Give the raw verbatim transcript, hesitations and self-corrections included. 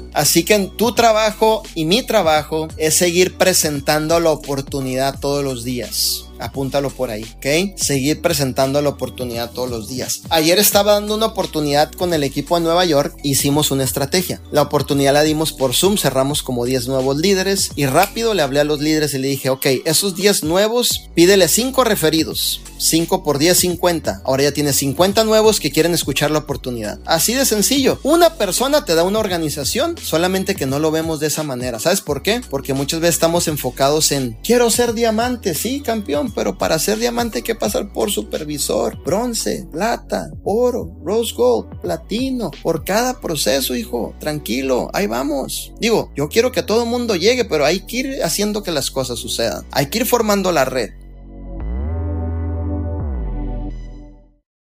Así que en tu trabajo y mi trabajo es seguir presentando la oportunidad todos los días. Apúntalo por ahí, ¿ok? Seguir presentando la oportunidad todos los días. Ayer estaba dando una oportunidad con el equipo de Nueva York. Hicimos una estrategia. La oportunidad la dimos por Zoom. Cerramos como diez nuevos líderes. Y rápido le hablé a los líderes y le dije, ok, esos diez nuevos, pídele cinco referidos. cinco por diez, cincuenta. Ahora ya tienes cincuenta nuevos que quieren escuchar la oportunidad. Así de sencillo. Una persona te da una organización, solamente que no lo vemos de esa manera. ¿Sabes por qué? Porque muchas veces estamos enfocados en, quiero ser diamante, sí, campeón, pero para ser diamante hay que pasar por supervisor, bronce, plata, oro, rose gold, platino, por cada proceso, hijo, tranquilo, ahí vamos. Digo, yo quiero que todo el mundo llegue, pero hay que ir haciendo que las cosas sucedan, hay que ir formando la red.